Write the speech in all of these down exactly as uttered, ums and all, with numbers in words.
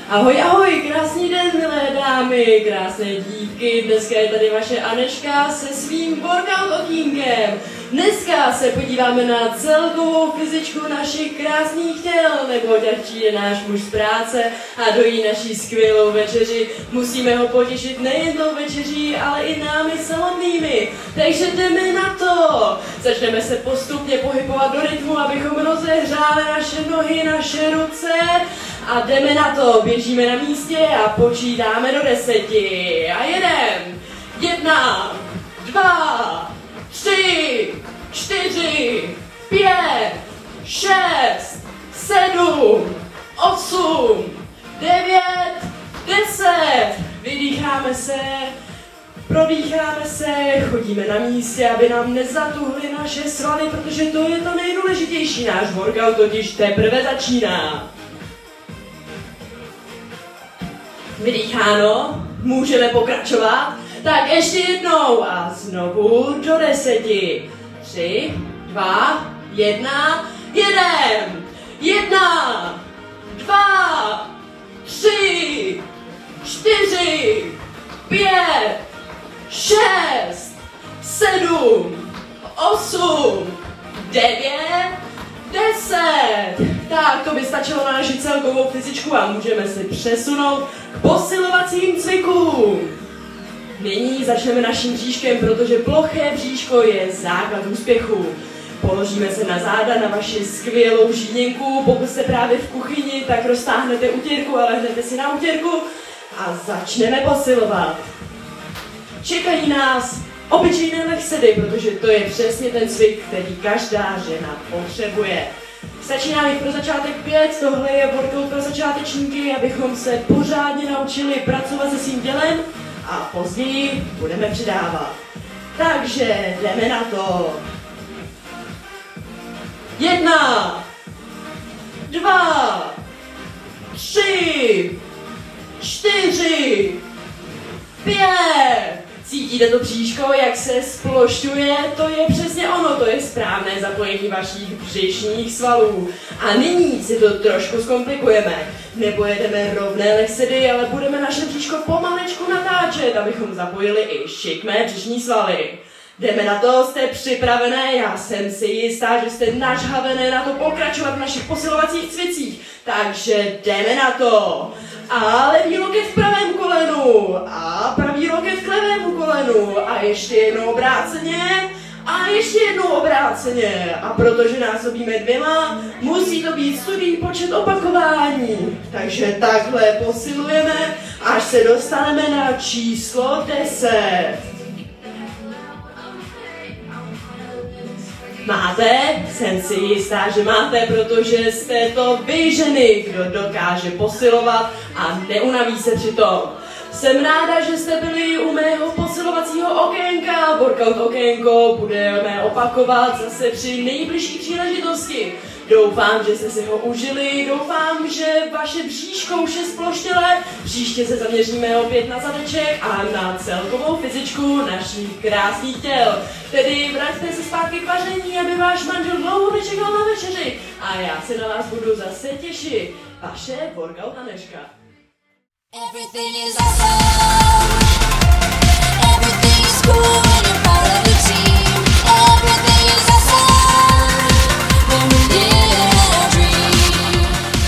Ahoj, ahoj, krásný den, milé dámy, krásné dívky, dneska je tady vaše Aneška se svým workout okýnkem. Dneska se podíváme na celkovou fyzičku našich krásných těl, neboť až přijde náš muž z práce a dojí naší skvělou večeři, musíme ho potěšit nejen tou večeří, ale i námi samotnými. Takže jdeme na to! Začneme se postupně pohybovat do rytmu, abychom rozehřáli naše nohy, naše ruce. A jdeme na to, běžíme na místě a počítáme do deseti. A jedem. Jedna, dva, tři, čtyři, pět, šest, sedm, osm, devět, deset. Vydýcháme se, prodýcháme se, chodíme na místě, aby nám nezatuhly naše svaly, protože to je to nejdůležitější. Náš workout totiž teprve začíná. Vydýcháno, můžeme pokračovat. Tak ještě jednou a znovu do deseti. Tři, dva, jedna, jedem. Jedna, dva, tři, čtyři, pět, šest, sedm, osm, devět, deset. Tak, to by stačilo na naši celkovou fyzičku a můžeme se přesunout k posilovacím cvikům. Nyní začneme naším bříškem, protože ploché bříško je základ úspěchu. Položíme se na záda na vaši skvělou žíněnku. Pokud jste právě v kuchyni, tak roztáhnete utírku, ale hnete si na utírku a začneme posilovat. Čekají nás obyčejné lehsedy, protože to je přesně ten cvik, který každá žena potřebuje. Stačí nám jich pro začátek pět, tohle je workout pro začátečníky, abychom se pořádně naučili pracovat se svým tělem a později budeme přidávat. Takže jdeme na to. Jedna, dva, tři, čtyři, pět. Cítíte to bříško, jak se splošťuje? To je přesně ono, to je správné zapojení vašich břišních svalů. A nyní si to trošku zkomplikujeme. Nepojedeme rovné lehsedy, ale budeme naše bříško pomalečku natáčet, abychom zapojili i šikmé břišní svaly. Jdeme na to, jste připravené? Já jsem si jistá, že jste nažhavené na to pokračovat v našich posilovacích cvicích. Takže jdeme na to. A levý loket v pravém kolenu. A pravý loket v levému kolenu. A ještě jednou obráceně. A ještě jednou obráceně. A protože násobíme dvěma, musí to být studý počet opakování. Takže takhle posilujeme, až se dostaneme na číslo deset. Máte? Jsem si jistá, že máte, protože jste to vy ženy, kdo dokáže posilovat a neunaví se přitom. Jsem ráda, že jste byli u mého posilovacího okénka. Workout okénko budeme opakovat zase při nejbližší příležitosti. Doufám, že jste si ho užili, doufám, že vaše bříško už je sploštělé. Příště se zaměříme opět na zadeček a na celkovou fyzičku našich krásných těl. Tedy vraťte se zpátky k vaření, aby váš manžel dlouho nečekal na večeři. A já se na vás budu zase těšit. Vaše workout Aneška. Everything is awesome. Everything is cool when you're part of the team. Everything is awesome when we live in a dream.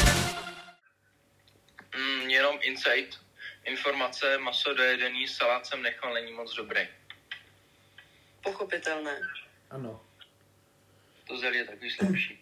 Mm, jenom insight. Informace, maso dojedený, salát jsem nechal, není moc dobrý. Pochopitelné. Ano. To zelí je takový slabší.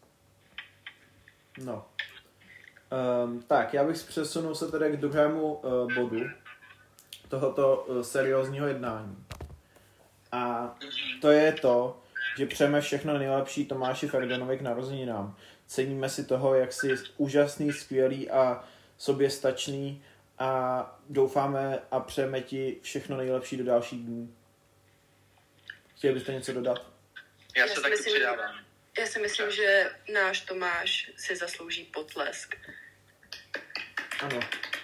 No. Um, tak, já bych přesunul se tedy k druhému uh, bodu tohoto uh, seriózního jednání. A to je to, že přejeme všechno nejlepší Tomáši Ferdonovi k narozeninám. Ceníme si toho, jak jsi úžasný, skvělý a soběstačný a doufáme a přejeme ti všechno nejlepší do dalších dnů. Chtěli byste něco dodat? Já, Já se si taky myslím, přidávám. Já si myslím, že náš Tomáš si zaslouží potlesk. Ano.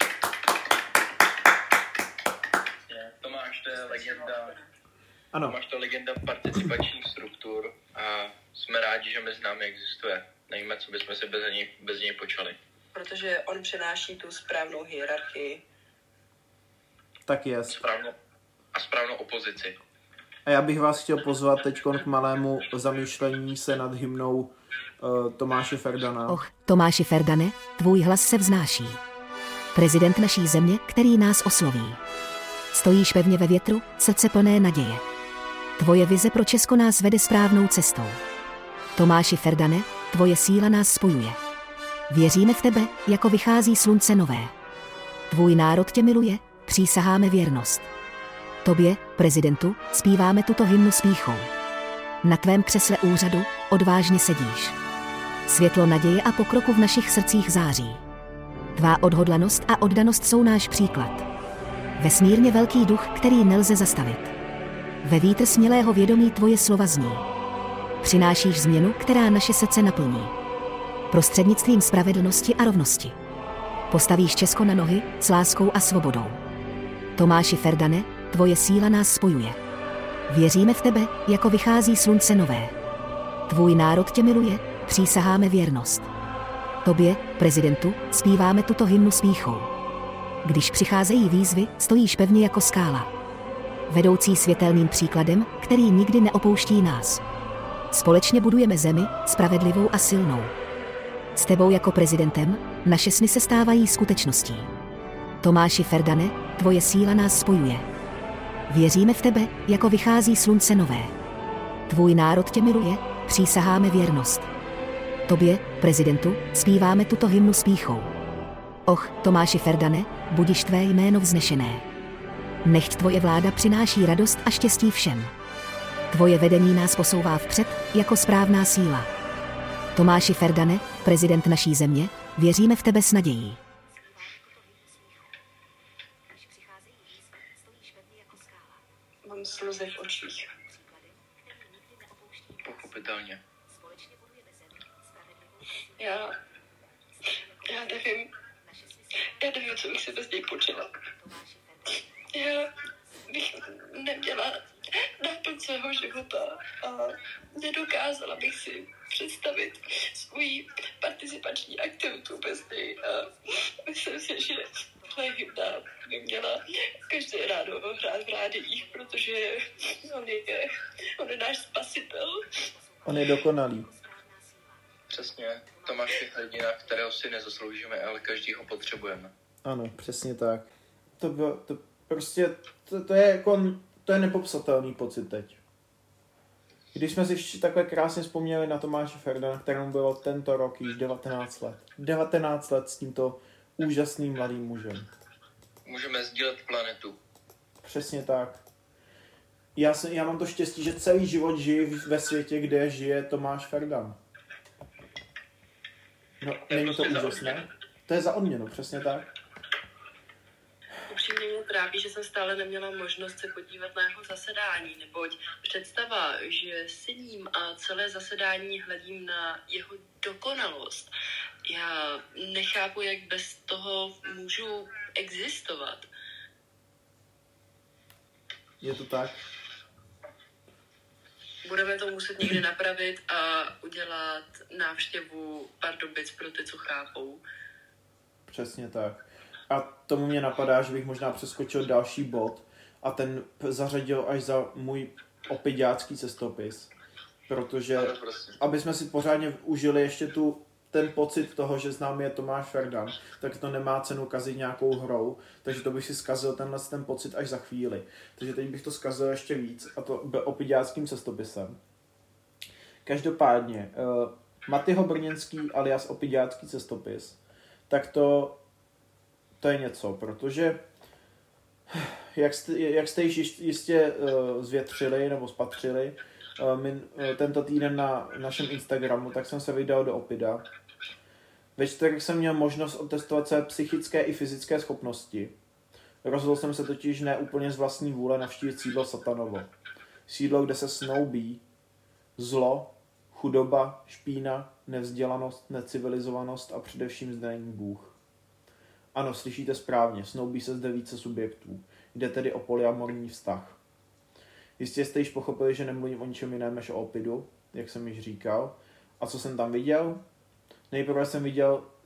Tomáš, to je legenda. Ano. Tomáš, to je legenda participačních struktur a jsme rádi, že mezi námi existuje. Nevíme, co bychom si bez něj, bez něj počali. protože on přenáší tu správnou hierarchii. Tak je. Správnou, a správnou opozici. A já bych vás chtěl pozvat teď k malému zamýšlení se nad hymnou uh, Tomáše Ferdana. Och, Tomáši Ferdane, tvůj hlas se vznáší. Prezident naší země, který nás osloví. Stojíš pevně ve větru, srdce plné naděje. Tvoje vize pro Česko nás vede správnou cestou. Tomáši Ferdane, tvoje síla nás spojuje. Věříme v tebe, jako vychází slunce nové. Tvůj národ tě miluje, přísaháme věrnost. Tobě, prezidentu, zpíváme tuto hymnu s pýchou. Na tvém křesle úřadu odvážně sedíš. Světlo naděje a pokroku v našich srdcích září. Tvá odhodlanost a oddanost jsou náš příklad. Vesmírně velký duch, který nelze zastavit. Ve vítr smělého vědomí tvoje slova zní. Přinášíš změnu, která naše srdce naplní. Prostřednictvím spravedlnosti a rovnosti. Postavíš Česko na nohy s láskou a svobodou. Tomáši Ferdane, tvoje síla nás spojuje. Věříme v tebe, jako vychází slunce nové. Tvůj národ tě miluje, přísaháme věrnost. Tobě, prezidentu, zpíváme tuto hymnu s pýchou. Když přicházejí výzvy, stojíš pevně jako skála. Vedoucí světelným příkladem, který nikdy neopouští nás. Společně budujeme zemi, spravedlivou a silnou. S tebou jako prezidentem, naše sny se stávají skutečností. Tomáši Ferdane, tvoje síla nás spojuje. Věříme v tebe, jako vychází slunce nové. Tvůj národ tě miluje, přísaháme věrnost. Tobě, prezidentu, zpíváme tuto hymnu s pýchou. Och, Tomáši Ferdane, budiš tvé jméno vznešené. Nechť tvoje vláda přináší radost a štěstí všem. Tvoje vedení nás posouvá vpřed, jako správná síla. Tomáši Ferdane, prezident naší země, věříme v tebe s nadějí. Mám slzy v očích. Pochopitelně. Já, já nevím, já nevím, co bych se bez něj počila. Já bych neměla náplň svého života a nedokázala bych si představit svou participační aktivitu bez něj. A myslím si, že tohle hymna by měla každé ráno hrát v rádiích, protože on je, on je náš spasitel. On je dokonalý. Přesně. Tomáš je hrdina, kterého si nezasloužíme, ale každý ho potřebujeme. Ano, přesně tak. To bylo, to prostě, to, to je jako, to je nepopsatelný pocit teď. Když jsme si vši takhle krásně vzpomněli na Tomáše Ferdana, kterému bylo tento rok již devatenáct let. devatenáct let s tímto úžasným mladým mužem. Můžeme sdílet planetu. Přesně tak. Já, jsem, já mám to štěstí, že celý život žiji ve světě, kde žije Tomáš Ferdan. No, není to úžasné? To je za odměnu, přesně tak. Upřímně mě trápí, že jsem stále neměla možnost se podívat na jeho zasedání, neboť představa, že sedím a celé zasedání hledím na jeho dokonalost. Já nechápu, jak bez toho můžu existovat. Je to tak? Budeme to muset někdy napravit a udělat návštěvu Pardubic pro ty, co chápou. Přesně tak. A tomu mě napadá, že bych možná přeskočil další bod a ten zařadil až za můj opiďácký cestopis. Protože, aby jsme si pořádně užili ještě tu, ten pocit toho, že s námi je Tomáš Ferdan, tak to nemá cenu kazit nějakou hrou, takže to bych si zkazil tenhle ten pocit až za chvíli. Takže teď bych to zkazil ještě víc, a to opiďáckým cestopisem. Každopádně, uh, Matyho Brněnský alias opiďácký cestopis, tak to To je něco, protože jak jste, jak jste již jistě uh, zvětřili nebo spatřili uh, min, uh, tento týden na našem Instagramu, tak jsem se vydal do Opida. Ve čtvrtek jsem měl možnost otestovat své psychické i fyzické schopnosti. Rozhodl jsem se totiž ne úplně z vlastní vůle navštívit sídlo Satanovo. Sídlo, kde se snoubí zlo, chudoba, špína, nevzdělanost, necivilizovanost a především zde není Bůh. Ano, slyšíte správně, snoubí se zde více subjektů. Jde tedy o polyamorní vztah. Jistě jste již pochopili, že nemluvím o ničem jiném než o Opidu, jak jsem již říkal. A co jsem tam viděl? Nejprve jsem viděl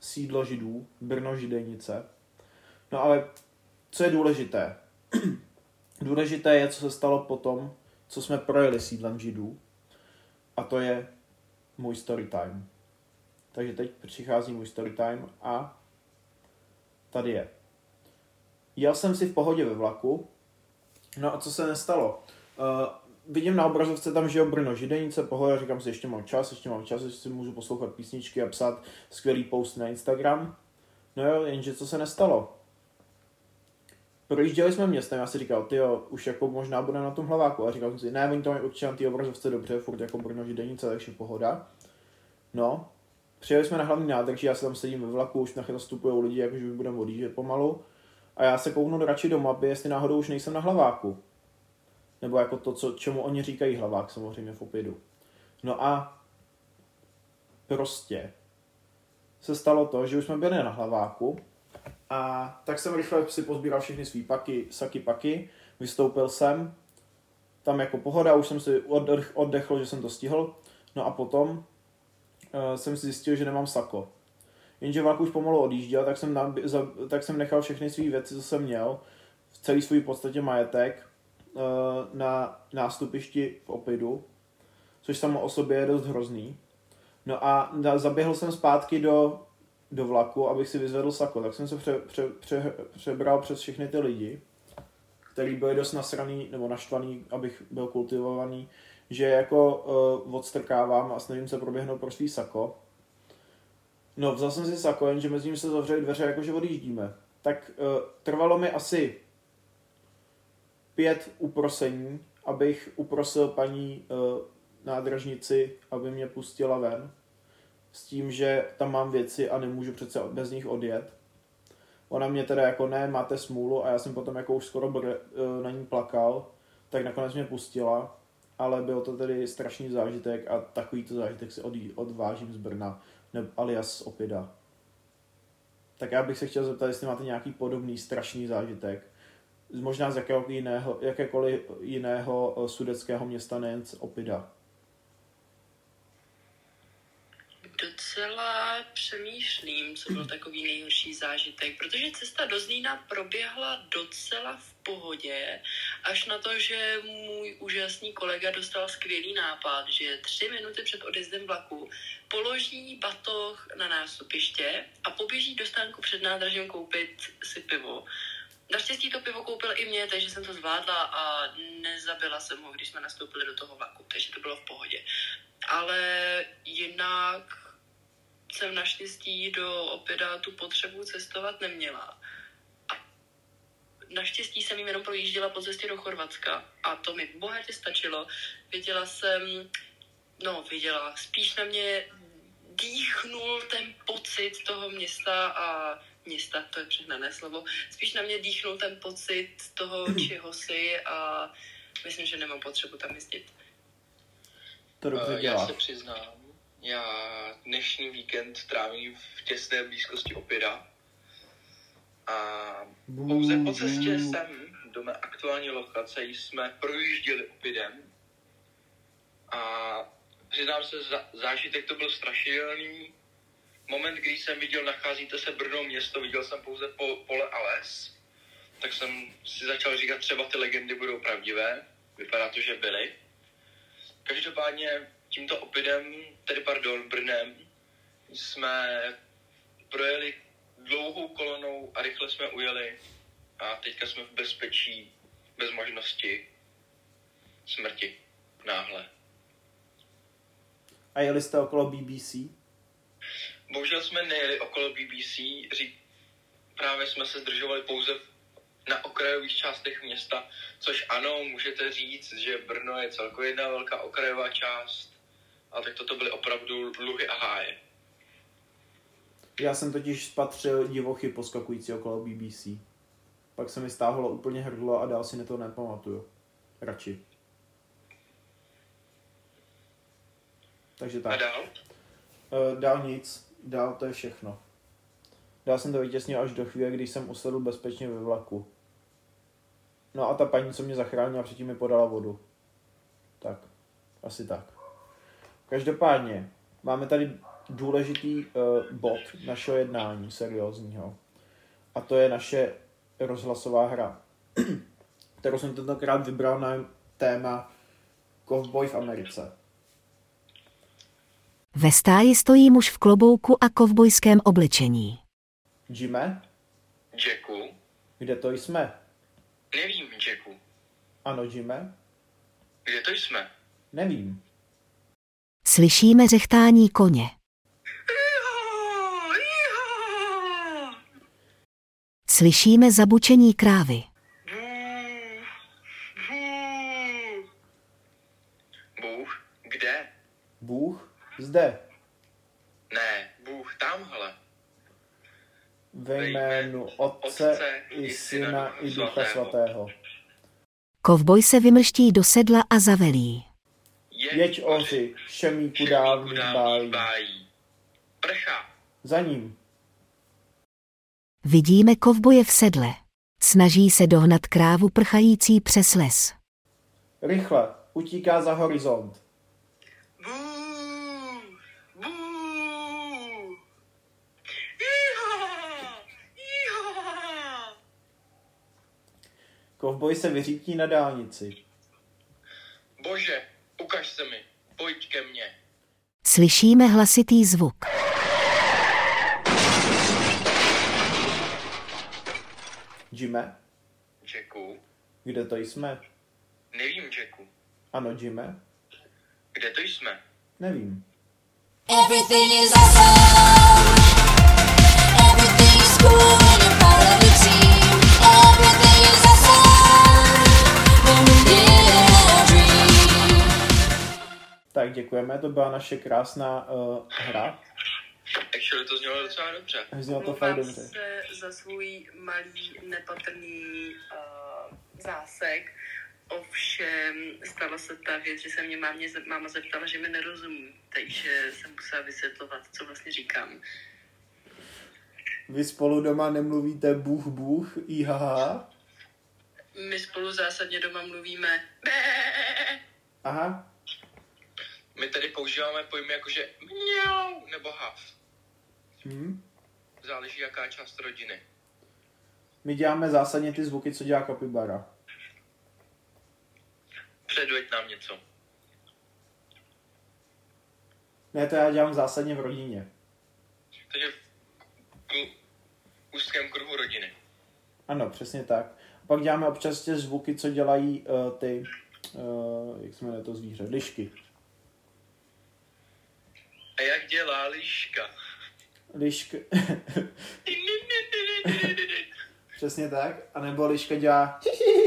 sídlo židů, Brno Židenice. No ale co je důležité? Důležité je, co se stalo potom, co jsme projeli sídlem židů. A to je můj story time. Takže teď přichází můj story time a tady je. Jel jsem si v pohodě ve vlaku. No a co se nestalo? Uh, vidím na obrazovce tam, že je Brno Židenice, pohoda, říkám si, ještě mám čas, ještě mám čas, ještě si můžu poslouchat písničky a psát skvělý post na Instagram. No jo, jenže co se nestalo? Projížděli jsme městem, já si říkal, tyjo, už jako možná bude na tom hlaváku. A říkal jsem si, ne, oni to mají určitě na té obrazovce dobře, furt jako Brno Židenice, takže pohoda. No, přijeli jsme na hlavní nádraží, já se tam sedím ve vlaku, už nastupují lidi, jakože už budeme odjíždět pomalu. A já se kouknu radši do mapy, jestli náhodou už nejsem na hlaváku. Nebo jako to, co, čemu oni říkají hlavák, samozřejmě v Opidu. No a prostě se stalo to, že už jsme byli na hlaváku a tak jsem rychle si pozbíral všechny svý paky, saky paky, vystoupil jsem, tam jako pohoda, už jsem si oddech, oddechl, že jsem to stihl, no a potom uh, jsem si zjistil, že nemám sako. Jenže vlak už pomalu odjížděl, tak jsem, na, za, tak jsem nechal všechny své věci, co jsem měl, v celý svůj podstatě majetek, uh, na nástupišti v Opidu, což samo o sobě je dost hrozný. No a zaběhl jsem zpátky do, do vlaku, abych si vyzvedl sako. Tak jsem se pře, pře, pře, přebral přes všechny ty lidi, který byli dost nasraný nebo naštvaný, abych byl kultivovaný, že jako uh, odstrkávám a snažím se proběhnout pro svý sako. No, vzal jsem si sako, jenže mezi nimi se zavřely dveře, jakože odjíždíme. Tak uh, trvalo mi asi pět uprosení, abych uprosil paní uh, nádražnici, aby mě pustila ven. S tím, že tam mám věci a nemůžu přece bez nich odjet. Ona mě teda jako ne, máte smůlu a já jsem potom jako už skoro br- na ní plakal, tak nakonec mě pustila, ale byl to tedy strašný zážitek a takovýto zážitek si odjí- odvážím z Brna, ne, alias z Opida. Tak já bych se chtěl zeptat, jestli máte nějaký podobný strašný zážitek, možná z jakého jiného, jakékoliv jiného sudetského města, nejen z Opida. Docela přemýšlím, co byl takový nejhorší zážitek, protože cesta do Zlína proběhla docela v pohodě, až na to, že můj úžasný kolega dostal skvělý nápad, že tři minuty před odjezdem vlaku položí batoh na nástupiště a poběží do stánku před nádražím koupit si pivo. Naštěstí to pivo koupil i mě, takže jsem to zvládla a nezabila jsem ho, když jsme nastoupili do toho vlaku, takže to bylo v pohodě. Ale jinak jsem naštěstí do Opida tu potřebu cestovat neměla. A naštěstí jsem jim jenom projížděla po cestě do Chorvatska a to mi bohatě stačilo. Viděla jsem, no viděla, spíš na mě dýchnul ten pocit toho města a města, to je přehnané slovo, spíš na mě dýchnul ten pocit toho čehosi a myslím, že nemám potřebu tam jezdit. To dobře Uh, dělá. Já se přiznám, já dnešní víkend trávím v těsné blízkosti Opida a pouze po cestě sem do mé aktuální lokace jsme projížděli Opidem a přiznám se, zážitek to byl strašidelný. Moment, kdy jsem viděl, nacházíte se Brno město, viděl jsem pouze po, pole a les, tak jsem si začal říkat, třeba ty legendy budou pravdivé, vypadá to, že byly. Každopádně tímto Opidem, tedy pardon, Brnem, jsme projeli dlouhou kolonou a rychle jsme ujeli a teďka jsme v bezpečí, bez možnosti smrti, náhle. A jeli jste okolo B B C? Bohužel jsme nejeli okolo B B C, řík, právě jsme se zdržovali pouze na okrajových částech města, což ano, můžete říct, že Brno je celkově jedna velká okrajová část, ale tak toto byly opravdu luhy a háje. Já jsem totiž spatřil divochy poskakující okolo B B C. Pak se mi stáhlo úplně hrdlo a dál si to nepamatuju. Radši. Takže tak. A dál? Uh, dál nic. Dál to je všechno. Dál jsem to vytěsnil až do chvíle, když jsem usedl bezpečně ve vlaku. No a ta paní, co mě zachránila, předtím mi podala vodu. Tak. Asi tak. Každopádně, máme tady důležitý uh, bod našeho jednání seriózního. A to je naše rozhlasová hra, kterou jsem tentokrát vybral na téma Kovboj v Americe. Ve stáji stojí muž v klobouku a kovbojském oblečení. Jime? Jacku? Kde to jsme? Nevím, Jacku. Ano, Jime? Kde to jsme? Nevím. Slyšíme řechtání koně. Iho, iho. Slyšíme zabučení krávy. Bůh. Bůh. Bůh? Kde? Bůh? Zde. Ne, Bůh tamhle. Ve jménu Otce i Syna i Ducha Svatého. Kovboj se vymrští do sedla a zavelí. Jeď oři, šemíku dávných bájí. bájí. Prcha. Za ním. Vidíme kovboje v sedle. Snaží se dohnat krávu prchající přes les. Rychle, utíká za horizont. Bůh. Bůh. Iho, iho. Kovboj se vyřítí na dálnici. Bože, ukaž se mi. Pojď ke mně. Slyšíme hlasitý zvuk. Jime? Jacku? Kde to jsme? Nevím, Jacku. Ano, Jime? Kde to jsme? Nevím. Everything is awesome. Everything is cool when you're part of the team. Everything is awesome when we live a dream. Tak děkujeme, to byla naše krásná uh, hra. Actually to znělo docela dobře. Znělo to fakt Omlouvám dobře. se za svůj malý nepatrný uh, zásek. Ovšem stala se ta věc, že se mě mámě, máma zeptala, že mi nerozumí, takže jsem musela vysvětlovat, co vlastně říkám. Vy spolu doma nemluvíte bůh, bůh, ihaha? My spolu zásadně doma mluvíme bé. Aha. My tady používáme pojmy jakože mňau nebo hav. Hm. Záleží jaká část rodiny. My děláme zásadně ty zvuky, co dělá kapibara. Předveď nám něco. Ne, to já dělám zásadně v rodině. Takže v úzkém kruhu rodiny. Ano, přesně tak. A pak děláme občas ty zvuky, co dělají uh, ty, uh, jak se jmenuje to zvíře, lišky. A jak dělá liška? Liška. Přesně tak. A nebo liška dělá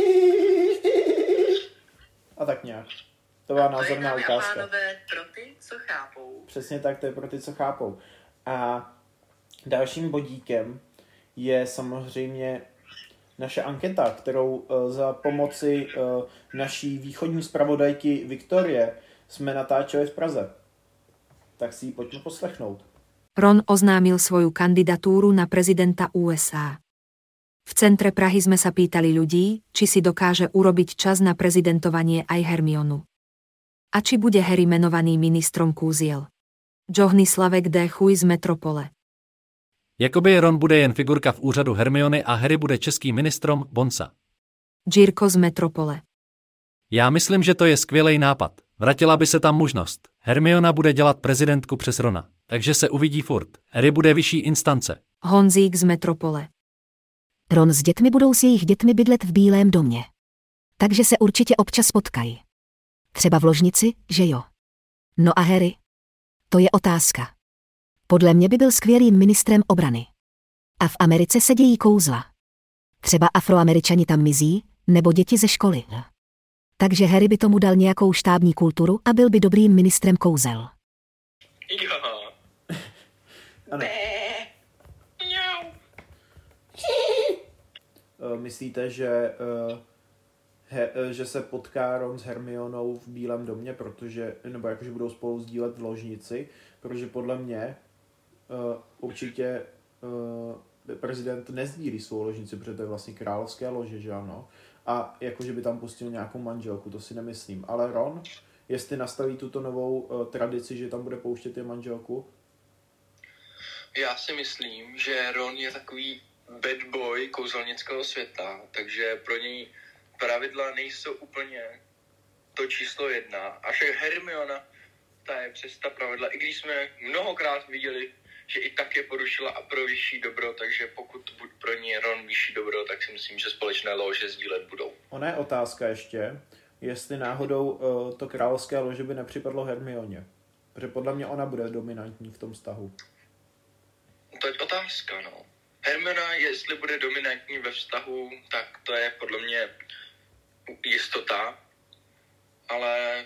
a tak nějak. To byla To je, názorná dámy a ukázka. pánové, pro ty, co chápou. Přesně tak, to je pro ty, co chápou. A dalším bodíkem je samozřejmě naše anketa, kterou uh, za pomoci uh, naší východní zpravodajky Viktorie jsme natáčeli v Praze. Tak si ji pojďme poslechnout. Ron oznámil svoju kandidatúru na prezidenta ú es á. V centre Prahy sme sa pýtali ľudí, či si dokáže urobiť čas na prezidentovanie aj Hermionu. A či bude Harry menovaný ministrom kúziel. Johnny Slavek D. Chuj z Metropole. Jakoby Ron bude jen figurka v úřadu Hermiony a Harry bude českým ministrom Bonsa. Jirko z Metropole. Já myslím, že to je skvělý nápad. Vrátila by se tam možnost. Hermiona bude dělat prezidentku přes Rona, takže se uvidí furt. Harry bude vyšší instance. Honzík z Metropole. Ron s dětmi budou s jejich dětmi bydlet v Bílém domě. Takže se určitě občas potkají. Třeba v ložnici, že jo? No a Harry? To je otázka. Podle mě by byl skvělým ministrem obrany. A v Americe se dějí kouzla. Třeba Afroameričani tam mizí, nebo děti ze školy. Takže Harry by tomu dal nějakou štábní kulturu a byl by dobrým ministrem kouzel. Jo. Ano. Mňau. Uh, myslíte, že, uh, he, uh, že se potká Ron s Hermionou v Bílém domě, protože, nebo jakože budou spolu sdílet v ložnici, protože podle mě uh, určitě uh, prezident nezdílí svou ložnici, protože to je vlastně královské lože, že ano? A jakože by tam pustil nějakou manželku, to si nemyslím. Ale Ron, jestli nastaví tuto novou uh, tradici, že tam bude pouštět i manželku? Já si myslím, že Ron je takový bad boy kouzelnického světa, takže pro něj pravidla nejsou úplně to číslo jedna. A však Hermiona, ta je přes ta pravidla, i když jsme mnohokrát viděli, že i tak je porušila a pro vyšší dobro, takže pokud buď pro ní Ron vyšší dobro, tak si myslím, že společné lože sdílet budou. Ona je otázka ještě, jestli náhodou uh, to královské lože by nepřipadlo Hermioně. Protože podle mě ona bude dominantní v tom vztahu. To je otázka, no. Hermiona, jestli bude dominantní ve vztahu, tak to je podle mě jistota, ale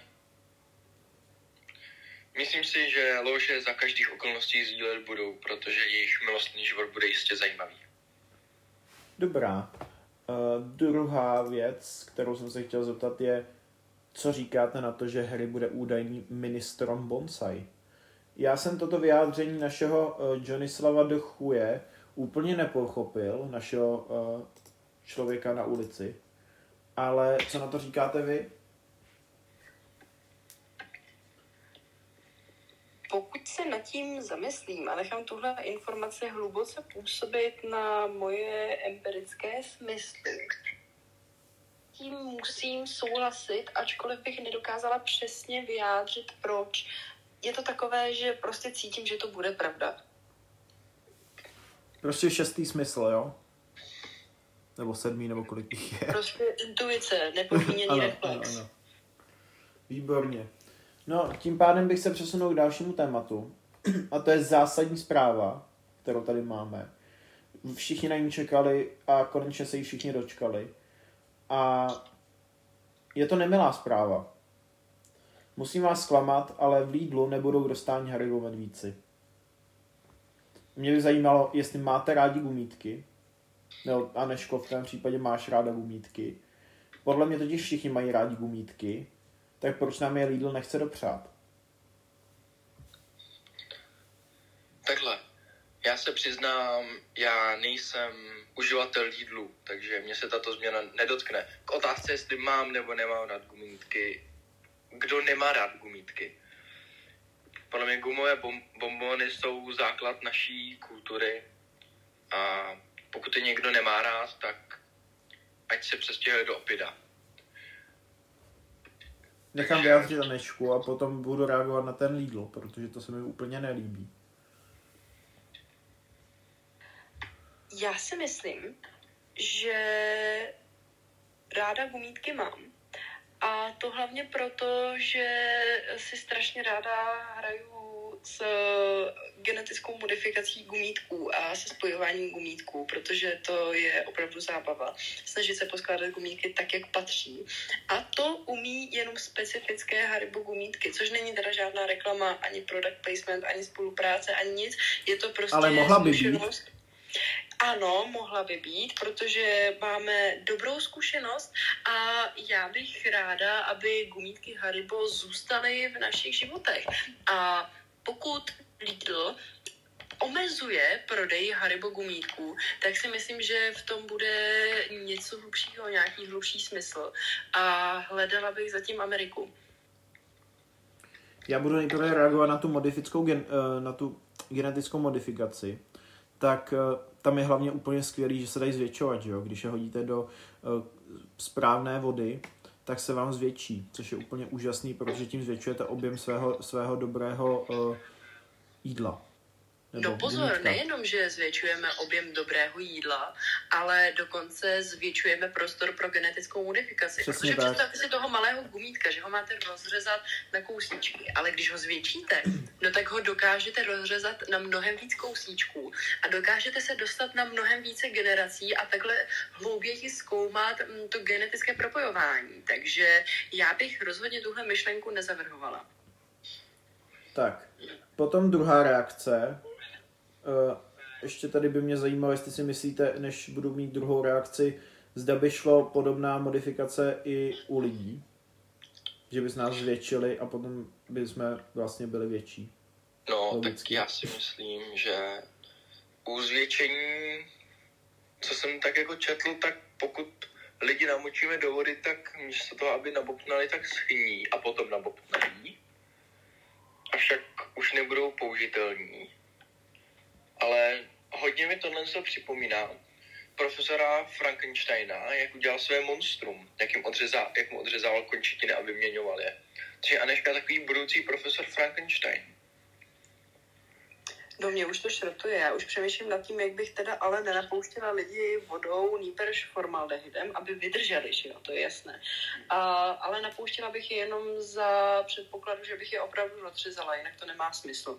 myslím si, že lože za každých okolností sdílet budou, protože jejich milostný život bude jistě zajímavý. Dobrá. Uh, druhá věc, kterou jsem se chtěl zeptat, je, co říkáte na to, že Harry bude údajný ministrem bonsai? Já jsem toto vyjádření našeho uh, Johnislava de Chuje úplně nepochopil, našeho uh, člověka na ulici. Ale co na to říkáte vy? Pokud se nad tím zamyslím a nechám tuhle informaci hluboce působit na moje empirické smysly, tím musím souhlasit, ačkoliv bych nedokázala přesně vyjádřit, proč. Je to takové, že prostě cítím, že to bude pravda. Prostě šestý smysl, jo? Nebo sedmý, nebo kolik jich je. Prostě intuice, nepodmíněný reflex. Ano, ano. Výborně. No, tím pádem bych se přesunul k dalšímu tématu. A to je zásadní zpráva, kterou tady máme. Všichni na ní čekali a konečně se jí všichni dočkali. A je to nemilá zpráva. Musím vás zklamat, ale v Lidlu nebudou k dostání Harryho medvíci. Mě by zajímalo, jestli máte rádi gumítky. No, Aneško, v tom případě máš ráda gumítky. Podle mě totiž všichni mají rádi gumítky. Tak proč nám je Lidl nechce dopřát? Takhle, já se přiznám, já nejsem uživatel Lidlu, takže mě se tato změna nedotkne. K otázce, jestli mám nebo nemám rád gumítky. Kdo nemá rád gumítky? Podle mě gumové bom- bonbony jsou základ naší kultury a pokud je někdo nemá rád, tak ať se přestěhuje do Opida. Nechám vyjádřit Anešku a potom budu reagovat na ten Lidl, protože to se mi úplně nelíbí. Já si myslím, že ráda gumítky mám. A to hlavně proto, že si strašně ráda hraju s genetickou modifikací gumítků a se spojováním gumítků, protože to je opravdu zábava. Snažit se poskládat gumítky tak, jak patří. A to umí jenom specifické Haribo gumítky, což není teda žádná reklama, ani product placement, ani spolupráce, ani nic. Je to prostě Ale mohla by zkušenost. Být. Ano, mohla by být, protože máme dobrou zkušenost a já bych ráda, aby gumítky Haribo zůstaly v našich životech. A pokud Lidl omezuje prodej Haribo gumítků, tak si myslím, že v tom bude něco hlubšího, nějaký hlubší smysl. A hledala bych zatím Ameriku. Já budu nejprve reagovat na tu modifickou gen, na tu genetickou modifikaci. Tak tam je hlavně úplně skvělý, že se dají zvětšovat, že jo? Když je hodíte do uh, správné vody, tak se vám zvětší, což je úplně úžasný, protože tím zvětšujete objem svého, svého dobrého uh, jídla. No pozor, gumítka. Nejenom, že zvětšujeme objem dobrého jídla, ale dokonce zvětšujeme prostor pro genetickou modifikaci. Přesně protože tak. představte si toho malého gumítka, že ho máte rozřezat na kousíčky, ale když ho zvětšíte, no tak ho dokážete rozřezat na mnohem víc kousíčků a dokážete se dostat na mnohem více generací a takhle hlouběji zkoumat to genetické propojování. Takže já bych rozhodně tuhle myšlenku nezavrhovala. Tak, potom druhá reakce. Uh, ještě tady by mě zajímalo, jestli si myslíte, než budu mít druhou reakci, zda by šlo podobná modifikace i u lidí. Že by se nás zvětšili a potom by jsme vlastně byli větší. No, logicky. Tak já si myslím, že u zvětšení, co jsem tak jako četl, tak pokud lidi namočíme do vody, tak místo toho, aby nabobtnali, tak schyní a potom nabobtnají. Avšak už nebudou použitelní. ale hodně mi tohle se připomíná profesora Frankensteina, jak udělal své monstrum, jak jim odřezal, jak mu odřezával končetiny a vyměňoval je. Takže Anežka je takový budoucí profesor Frankenstein. No mě už to šrotuje, já už přemýšlím nad tím, jak bych teda ale nenapouštěla lidi vodou, nýbrž formaldehydem, aby vydrželi, že jo, to je jasné. A, ale napouštěla bych je jenom za předpokladu, že bych je opravdu rozřezala, jinak to nemá smysl.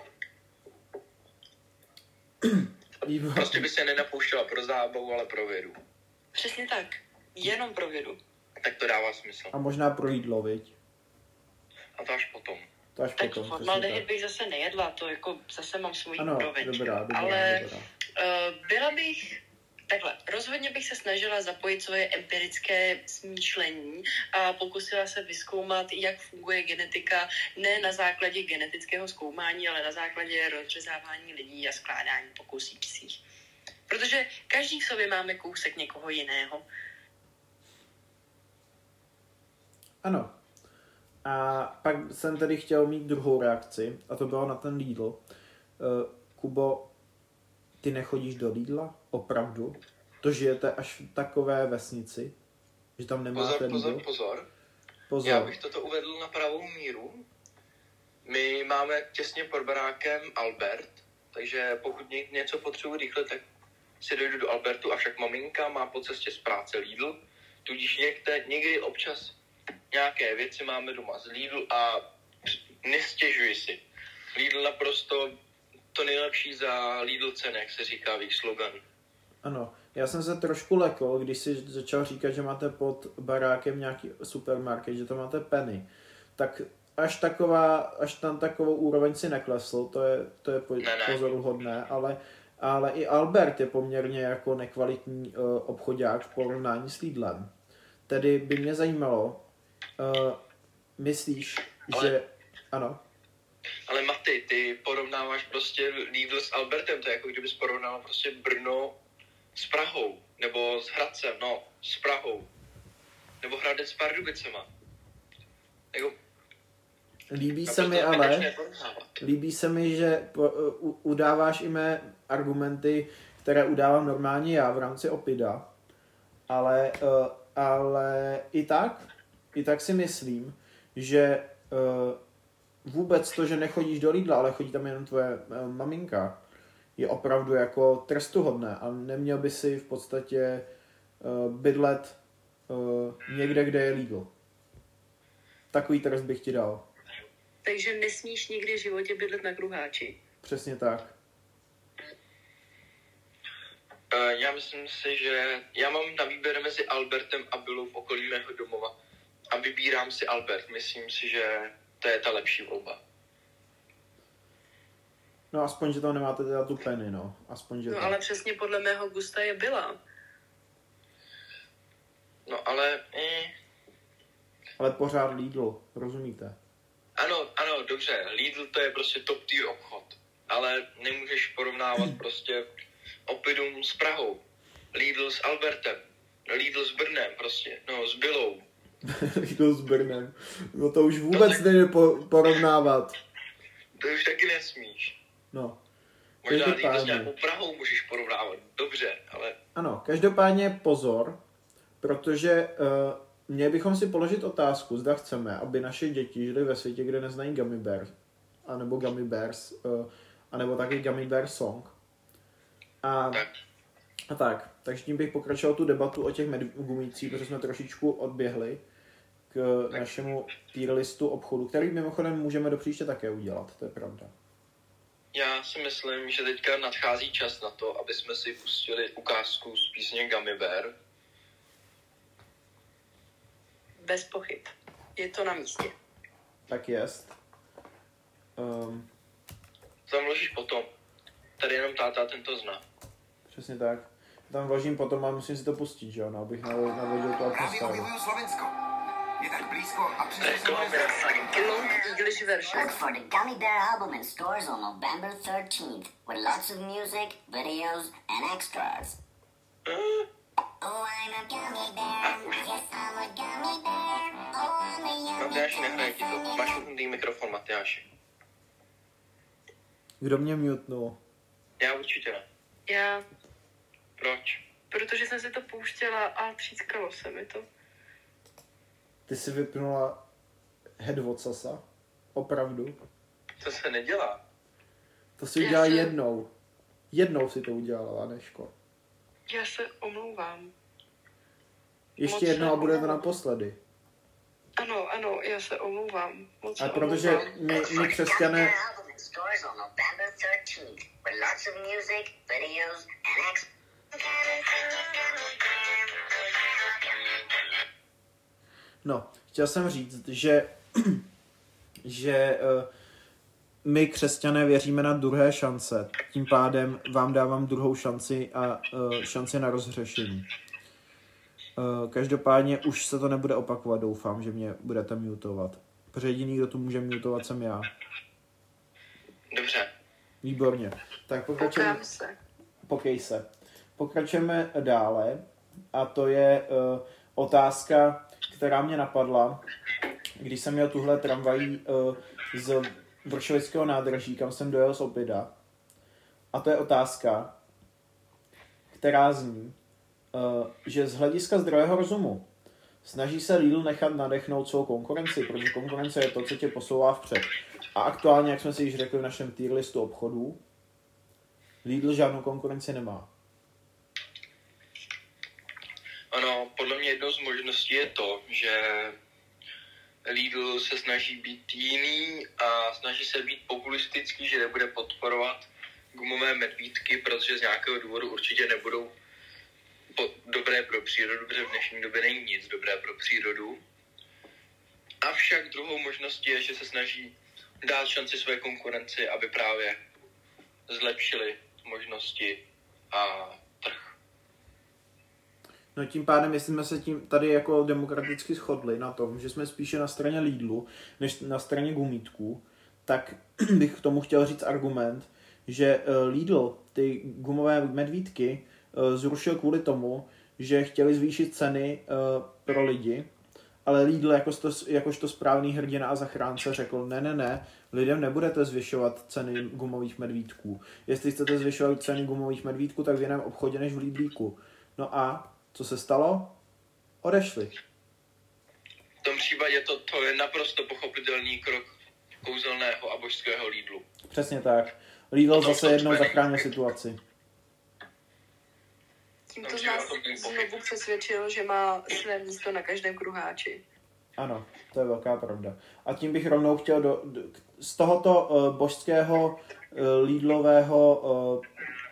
Prostě by se nenapouštěla pro zábavu, ale pro vědu. Přesně tak, jenom pro vědu. Tak to dává smysl. A možná pro jídlo, viď? A to až potom. To až Tak potom. formaldehyd bych zase nejedla, to jako zase mám svůj Ano, úroveň. dobrá, dobrá, ale dobrá. Uh, byla bych, takhle, rozhodně bych se snažila zapojit svoje empirické smýšlení a pokusila se vyzkoumat, jak funguje genetika, ne na základě genetického zkoumání, ale na základě rozřezávání lidí a skládání po kousíčcích. Protože každý v sobě máme kousek někoho jiného. Ano. A pak jsem tedy chtěl mít druhou reakci, a to bylo na ten Lidl. Uh, Kubo, ty nechodíš do Lidla? Opravdu? To žijete až v takové vesnici, že tam nemáte Pozor, pozor, Lidl? pozor. Pozor. Já bych toto uvedl na pravou míru. My máme těsně pod barákem Albert, takže pokud ně- něco potřebuji rychle, tak si dojdu do Albertu, avšak maminka má po cestě z práce Lidl, tudíž někde, někdy občas nějaké věci máme doma z Lidl a nestěžuji si. Lidl naprosto to nejlepší za Lidl ceny, jak se říká v jejich sloganu. Ano, já jsem se trošku lekl, když si začal říkat, že máte pod barákem nějaký supermarket, že to máte Penny. Tak až taková, až tam takovou úroveň si neklesl, to je, to je po, Ne, ne. pozoruhodné, ale, ale i Albert je poměrně jako nekvalitní uh, obchodák v porovnání s Lidlem. Tedy by mě zajímalo, uh, myslíš, Ale- že... Ano, Ale Maty, ty porovnáváš prostě Lidl s Albertem, to je jako kdybys porovnával prostě Brno s Prahou, nebo s Hradcem, no, s Prahou, nebo Hradec s Pardubicema. Jako, líbí se naprosto mi ale... zbytečné porovnávat. Líbí se mi, že po, u, udáváš i mé argumenty, které udávám normálně já v rámci Opida, ale, uh, ale i tak, i tak si myslím, že uh, vůbec to, že nechodíš do Lidla, ale chodí tam jenom tvoje uh, maminka, je opravdu jako trestuhodné a neměl by si v podstatě uh, bydlet uh, někde, kde je Lidl. Takový trest bych ti dal. Takže nesmíš nikdy v životě bydlet na Kruháči. Přesně tak. Uh, já myslím si, že já mám na výběr mezi Albertem a Bylou v okolí mého domova a vybírám si Albert. Myslím si, že to je ta lepší volba. No aspoň, že tam nemáte teda tu Penny, no. Aspoň, že No tak. ale přesně podle mého gusta je byla. No ale, eh, Ale pořád Lidl, rozumíte? ano, ano, dobře, Lidl to je prostě top tier obchod, ale nemůžeš porovnávat prostě Opidum s Prahou, Lidl s Albertem, Lidl s Brnem prostě, no s Bylou. Lidl s Brnem. No to už No vůbec tak- nejde po, porovnávat. To už taky nesmíš. No. Možná Lidl s Každopádně. nějakou Prahou můžeš porovnávat, dobře, ale Ano, každopádně pozor, protože uh, měli bychom si položit otázku, zda chceme, aby naše děti žili ve světě, kde neznají Gummy Bears, anebo Gummy Bears, uh, anebo taky Gummy Bear Song. A, tak. a tak, takže tím bych pokračoval tu debatu o těch med- gumících, protože jsme trošičku odběhli k našemu tier listu obchodu, který mimochodem můžeme do příště také udělat, to je pravda. Já si myslím, že teďka nadchází čas na to, aby jsme si pustili ukázku z písně Gummy Bear. Bez pochyb. Je to na místě. Tak jest. Um, Tam vložíš potom. Tady jenom táta tento zná. přesně tak. Tam vložím potom a musím si to pustit, že jo, no, abych navo- navodil tu Právě atmosféru. objevuju Slovensko. Je tak blízko a přesto se Gummy bude Bear. Long English version. Look for the Gummy Bear album in stores on November thirteenth with lots of music, videos, and extras. Uh, Oh, I'm a gummy bear. Yes, I'm a gummy bear. Oh, I'm a yummy Matyáši, nehraje gummy ti to. Máš utnutý mikrofon, Matyáši. Kdo mě mutnul? Já určitě ne. Já, Proč? protože jsem si to pouštěla a třískalo se mi to. Ty jsi vypnula head od Sasa? Opravdu? To se nedělá. To si Já udělala se- jednou. Jednou si to udělala, Aneško. Já se omlouvám. Ještě Moc jednou a se bude to omlouvám. naposledy. Ano, ano, já se omlouvám. Moc A se protože omlouvám. my, my křesťané... Got their album in stores on November thirteenth with lots of music, videos, and extra. No, chtěl jsem říct, že, že uh, my křesťané věříme na druhé šance. Tím pádem vám dávám druhou šanci a uh, šanci na rozhřešení. Uh, každopádně už se to nebude opakovat, doufám, že mě budete mutovat. Protože jediný, kdo tu může mutovat, jsem já. Dobře. Výborně. Tak pokračujeme. Koukám se. Pokej se. Pokračujeme dále a to je uh, otázka, která mě napadla, když jsem měl tuhle tramvají uh, z Vršovického nádraží, kam jsem dojel z Opida. A to je otázka, která zní, uh, že z hlediska zdravého rozumu snaží se Lidl nechat nadechnout svou konkurenci, protože konkurence je to, co tě posouvá vpřed. A aktuálně, jak jsme si již řekli v našem tier listu obchodů, Lidl žádnou konkurenci nemá. Ano, podle mě jednou z možností je to, že Lidl se snaží být jiný a snaží se být populistický, že nebude podporovat gumové medvídky, protože z nějakého důvodu určitě nebudou po- dobré pro přírodu, protože v dnešní době není nic dobré pro přírodu. Avšak druhou možností je, že se snaží dát šanci své konkurenci, aby právě zlepšili možnosti a trh. No tím pádem, jestli jsme se tím tady jako demokraticky shodli na tom, že jsme spíše na straně Lidlu, než na straně gumítků, tak bych k tomu chtěl říct argument, že Lidl ty gumové medvídky zrušil kvůli tomu, že chtěli zvýšit ceny pro lidi, ale Lidl jakožto, jakožto správný hrdina a zachránce řekl, ne, ne, ne, lidem nebudete zvyšovat ceny gumových medvídků. Jestli chcete zvyšovat ceny gumových medvídků, tak v jiném obchodě než v Lidlíku. No a co se stalo? Odešli. V tom případě to, to je naprosto pochopitelný krok kouzelného a božského Lidlu. Přesně tak. Lidl To zase to jednou jsme- zachránil situaci. Tímto z nás znovu přesvědčil, že má své místo na každém kruháči. Ano, to je velká pravda. A tím bych rovnou chtěl do, do, z tohoto uh, božského uh, Lidlového uh,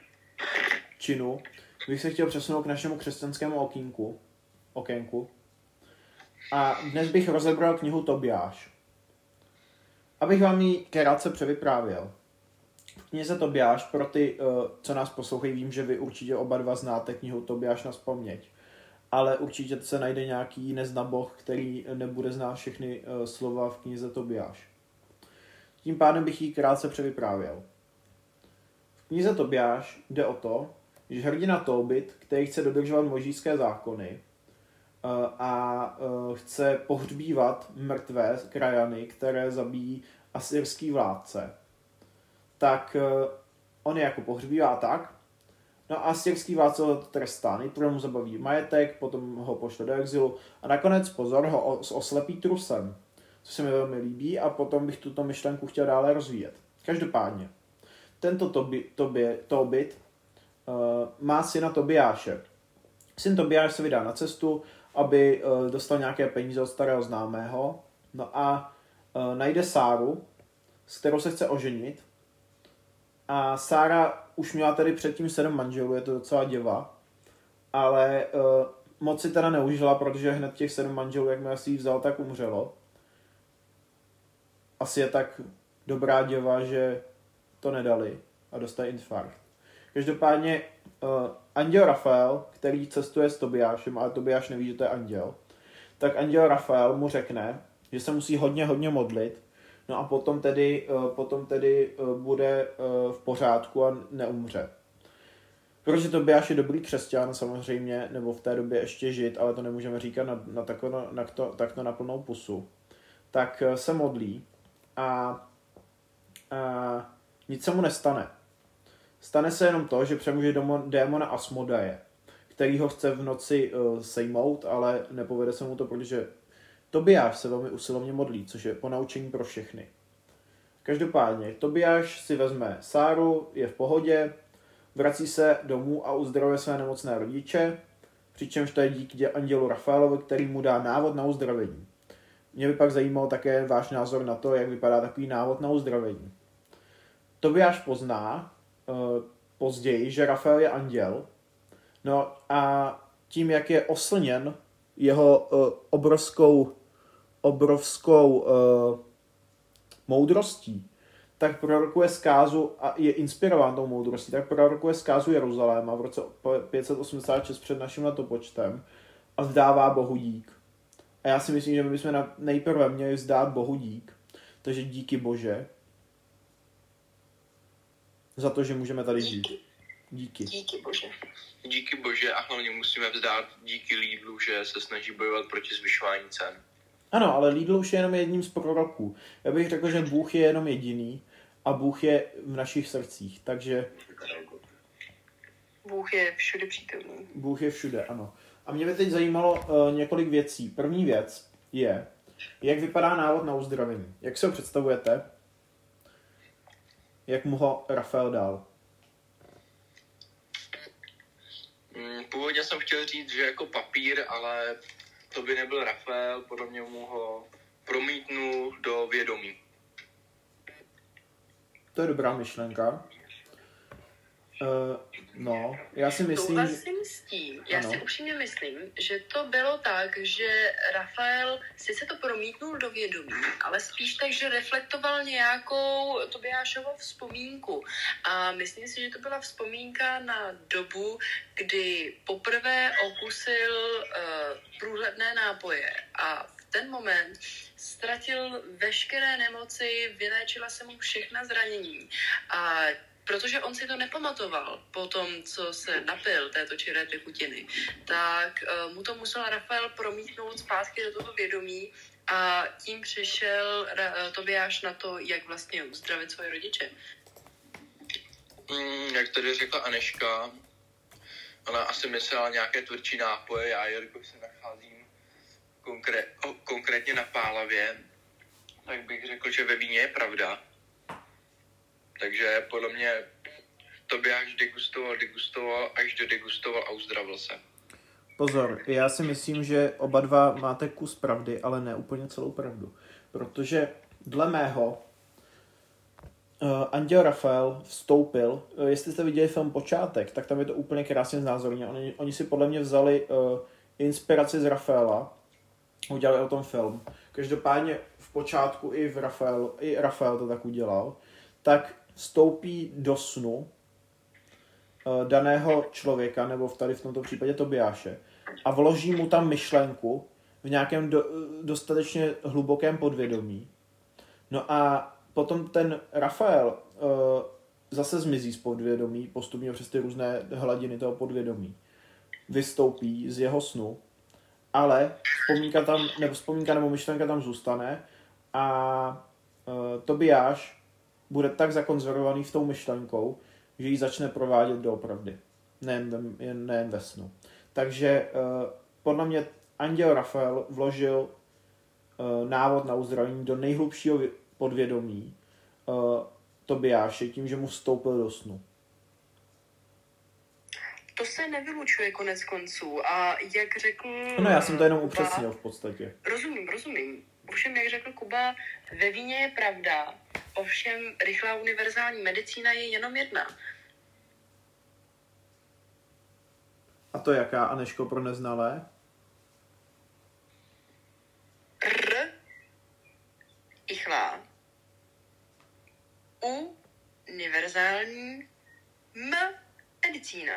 činu bych se chtěl přesunout k našemu křesťanskému okýnku, okénku. A dnes bych rozebral knihu Tobiáš. Abych vám ji krátce převyprávěl. V knize Tobiáš, pro ty, co nás poslouchají, vím, že vy určitě oba dva znáte knihu Tobiáš na vzpomněť. Ale určitě se najde nějaký neznaboh, který nebude znát všechny slova v knize Tobiáš. Tím pádem bych ji krátce převyprávěl. V knize Tobiáš jde o to, že hrdina Tobit, který chce dodržovat mojžíšské zákony a chce pohřbívat mrtvé krajany, které zabíjí asyrský vládce, tak on je jako pohřbívá tak. No a asyrský vládce ho trestá. Nejprve mu zabaví majetek, potom ho pošle do exilu a nakonec, pozor, ho oslepí trusem, co se mi velmi líbí a potom bych tuto myšlenku chtěl dále rozvíjet. Každopádně, tento Tobi, Tobi, Tobit uh, má syna Tobiáše. Syn Tobiáš se vydá na cestu, aby uh, dostal nějaké peníze od starého známého. No a uh, najde Sáru, s kterou se chce oženit. A Sára už měla tady předtím sedm manželů, je to docela děva. Ale uh, moc si teda neužila, protože hned těch sedm manželů, jakmile si ji vzal, tak umřelo. Asi je tak dobrá děva, že to nedali a dostane infarkt. Každopádně uh, anděl Rafael, který cestuje s Tobiášem, ale Tobiáš neví, že to je anděl, tak anděl Rafael mu řekne, že se musí hodně, hodně modlit, no a potom tedy, uh, potom tedy uh, bude uh, v pořádku a neumře. Protože Tobiáš je dobrý křesťan samozřejmě, nebo v té době ještě žid, ale to nemůžeme říkat na, na, tako, na, na to, takto na plnou pusu, tak uh, se modlí a, a nic se mu nestane. Stane se jenom to, že přemůže démona Asmodaje, který ho chce v noci uh, sejmout, ale nepovede se mu to, protože Tobiáš se velmi usilovně modlí, což je ponaučení pro všechny. Každopádně, Tobiáš si vezme Sáru, je v pohodě, vrací se domů a uzdravuje své nemocné rodiče, přičemž to je díky andělu Rafaelovi, který mu dá návod na uzdravení. Mě by pak zajímalo také váš názor na to, jak vypadá takový návod na uzdravení. Tobiáš pozná uh, později, že Rafael je anděl, no a tím, jak je oslněn jeho uh, obrovskou, obrovskou uh, moudrostí, tak prorokuje zkázu a je inspirován tou moudrostí, tak prorokuje zkázu Jeruzaléma v roce pět set osmdesát šest před naším letopočtem a vzdává Bohu dík. A já si myslím, že my bychom nejprve měli vzdát Bohu dík, takže díky Bože za to, že můžeme tady žít. Díky. Díky Bože. Díky Bože a hlavně musíme vzdát díky Lidlu, že se snaží bojovat proti zvyšování cen. Ano, ale Lidl už je jenom jedním z proroků. Já bych řekl, že Bůh je jenom jediný a Bůh je v našich srdcích, takže... Bůh je všude přítomný. Bůh je všude, ano. A mě by teď zajímalo uh, několik věcí. První věc je, jak vypadá návod na uzdravení. Jak si ho představujete? Jak mu ho Rafael dal? Původně jsem chtěl říct, že jako papír, ale to by nebyl Rafael, podle mě mu ho promítnul do vědomí. To je dobrá myšlenka. Uh, no, já si myslím... Souhlasím s tím. Já ano. si upřímně myslím, že to bylo tak, že Rafael sice to promítnul do vědomí, ale spíš tak, že reflektoval nějakou Tobiášovu vzpomínku. A myslím si, že to byla vzpomínka na dobu, kdy poprvé okusil uh, průhledné nápoje a v ten moment ztratil veškeré nemoci, vyléčila se mu všechna zranění a protože on si to nepamatoval po tom, co se napil této čiré tekutiny, tak uh, mu to musel Rafael promítnout zpátky do toho vědomí a tím přišel uh, Tobiáš na to, jak vlastně uzdravit svoje rodiče. Mm, jak tady řekla Aneška, ona asi myslela nějaké tvrdší nápoje, já jelikož se nacházím konkré- oh, konkrétně na Pálavě, tak bych řekl, že ve víně je pravda. Takže podle mě Tobiáš degustoval, degustoval, až dodegustoval a uzdravil se. Pozor, já si myslím, že oba dva máte kus pravdy, ale ne úplně celou pravdu. Protože dle mého uh, anděl Rafael vstoupil, uh, jestli jste viděli film Počátek, tak tam je to úplně krásně znázorněno. Oni, oni si podle mě vzali uh, inspiraci z Rafaela, udělali o tom film. Každopádně v počátku i, v Rafael, i Rafael to tak udělal. Tak vstoupí do snu uh, daného člověka, nebo v tady v tomto případě Tobiáše, a vloží mu tam myšlenku v nějakém do, dostatečně hlubokém podvědomí. No a potom ten Rafael uh, zase zmizí z podvědomí, postupně přes ty různé hladiny toho podvědomí. Vystoupí z jeho snu, ale vzpomínka tam, nebo vzpomínka nebo myšlenka tam zůstane a uh, Tobiáš bude tak zakonzervovaný v tou myšlenkou, že ji začne provádět doopravdy. Nejen, nejen ve snu. Takže uh, podle mě anděl Rafael vložil uh, návod na uzdravení do nejhlubšího podvědomí uh, Tobiáše tím, že mu vstoupil do snu. To se nevylučuje konec konců a jak řekl... No já jsem to jenom upřesnil v podstatě. Rozumím, rozumím. Ovšem, jak řekl Kuba, ve víně je pravda. Ovšem, rychlá univerzální medicína je jenom jedna. A to jaká, Aneško, pro neznalé? R, rychlá. U, univerzální, M, medicína.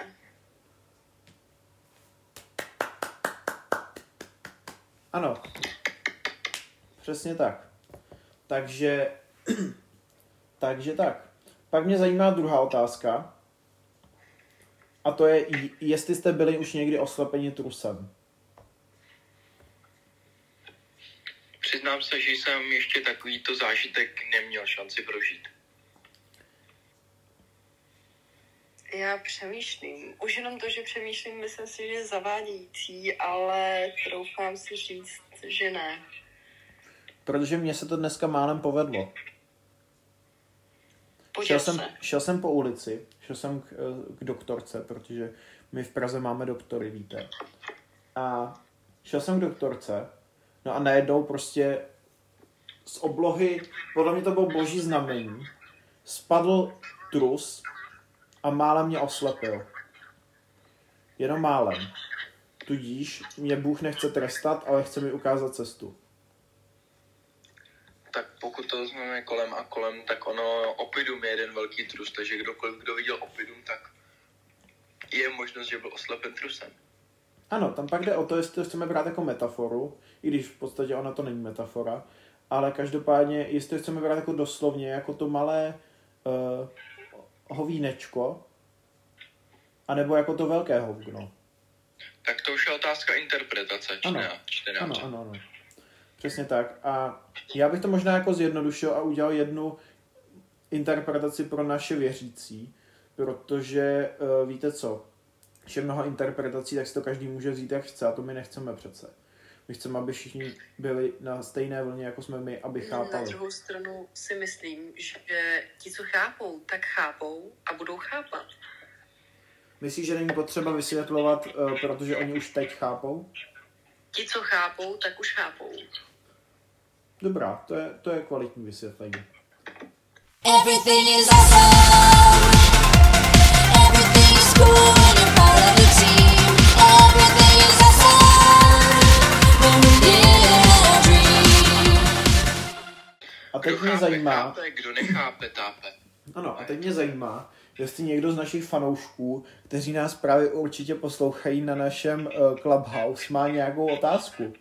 Ano. Přesně tak. Takže, takže tak. Pak mě zajímá druhá otázka. A to je, jestli jste byli už někdy oslepeni trusem. Přiznám se, že jsem ještě takovýto zážitek neměl šanci prožít. Já přemýšlím. Už jenom to, že přemýšlím, myslím si, že je zavádějící, ale troufám si říct, že ne. Protože mně se to dneska málem povedlo. Šel jsem, šel jsem po ulici, šel jsem k, k doktorce, protože my v Praze máme doktory, víte. A šel jsem k doktorce, no a najednou prostě z oblohy, podle mě to bylo boží znamení, spadl trus a málem mě oslepil. Jenom málem. Tudíž mě Bůh nechce trestat, ale chce mi ukázat cestu. Tak pokud to vezmeme kolem a kolem, tak ono opidum je jeden velký trus, takže kdokoliv, kdo viděl opidum, tak je možnost, že byl oslepen trusem. Ano, tam pak jde o to, jestli to chceme brát jako metaforu, i když v podstatě ona to není metafora, ale každopádně, jestli to chceme brát jako doslovně, jako to malé uh, hovínečko, anebo jako to velké hovno. Tak to už je otázka interpretace, ano. čtenáře. Ano, ano, ano. Přesně tak. A já bych to možná jako zjednodušil a udělal jednu interpretaci pro naše věřící, protože uh, víte co, když je mnoho interpretací, tak si to každý může vzít jak chce a to my nechceme přece. My chceme, aby všichni byli na stejné vlně, jako jsme my, aby chápali. Na druhou stranu si myslím, že ti, co chápou, tak chápou a budou chápat. Myslíš, že není potřeba vysvětlovat, uh, protože oni už teď chápou? Ti, co chápou, tak už chápou. Dobrá, to je, to je kvalitní vysvětlení. Everything is awesome. Everything is cool when you're part of the team. Everything is awesome when we live a dream. A teď Kdo mě chápe, zajímá... chápe, kdo nechápe, tápe. Ano, a teď mě zajímá, jestli někdo z našich fanoušků, kteří nás právě určitě poslouchají na našem uh, Clubhouse, má nějakou otázku.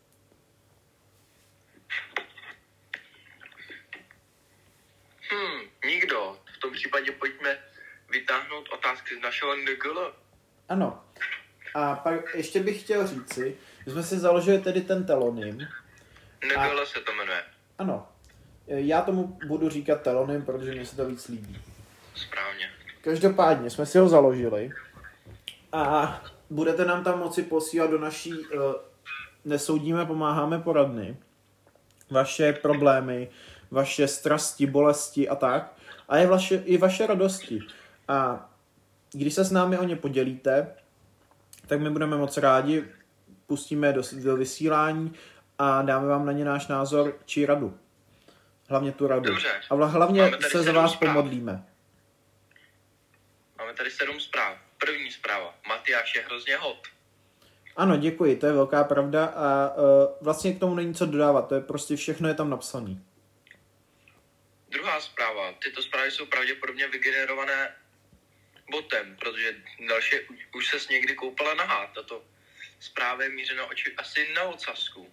Hmm, nikdo. V tom případě pojďme vytáhnout otázky z našeho N G L. Ano. A pak ještě bych chtěl říci, že jsme si založili tedy ten telonym. N G L a... se to jmenuje. Ano. Já tomu budu říkat telonym, protože mi se to víc líbí. Správně. Každopádně jsme si ho založili a budete nám tam moci posílat do naší uh, Nesoudíme, pomáháme poradny vaše problémy, vaše strasti, bolesti a tak. A i vaše, i vaše radosti. A když se s námi o ně podělíte, tak my budeme moc rádi, pustíme do, do vysílání a dáme vám na ně náš názor či radu. Hlavně tu radu. Dobře. A hlavně se za vás zpráv. pomodlíme. Máme tady sedm zpráv. První zpráva. Matyáš je hrozně hot. Ano, děkuji, to je velká pravda a uh, vlastně k tomu není co dodávat, to je prostě všechno je tam napsané. Druhá zpráva. Tyto zprávy jsou pravděpodobně vygenerované botem, protože další už ses někdy koupala nahá. Tato zpráva je mířena oči asi na ocasku.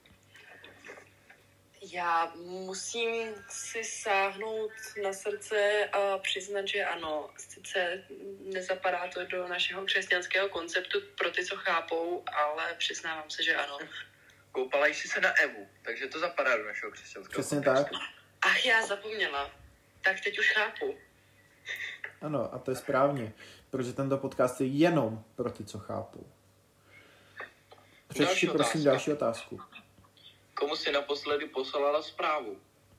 Já musím si sáhnout na srdce a přiznat, že ano, sice nezapadá to do našeho křesťanského konceptu pro ty, co chápou, ale přiznávám se, že ano. Koupala jsi se na Evu, takže to zapadá do našeho křesťanského Přesně konceptu. tak. Ach, já zapomněla. Tak teď už chápu. Ano, a to je správně, protože tento podcast je jenom pro ty, co chápou. Přečti prosím otázka. další otázku. Komu jsi naposledy poslala zprávu?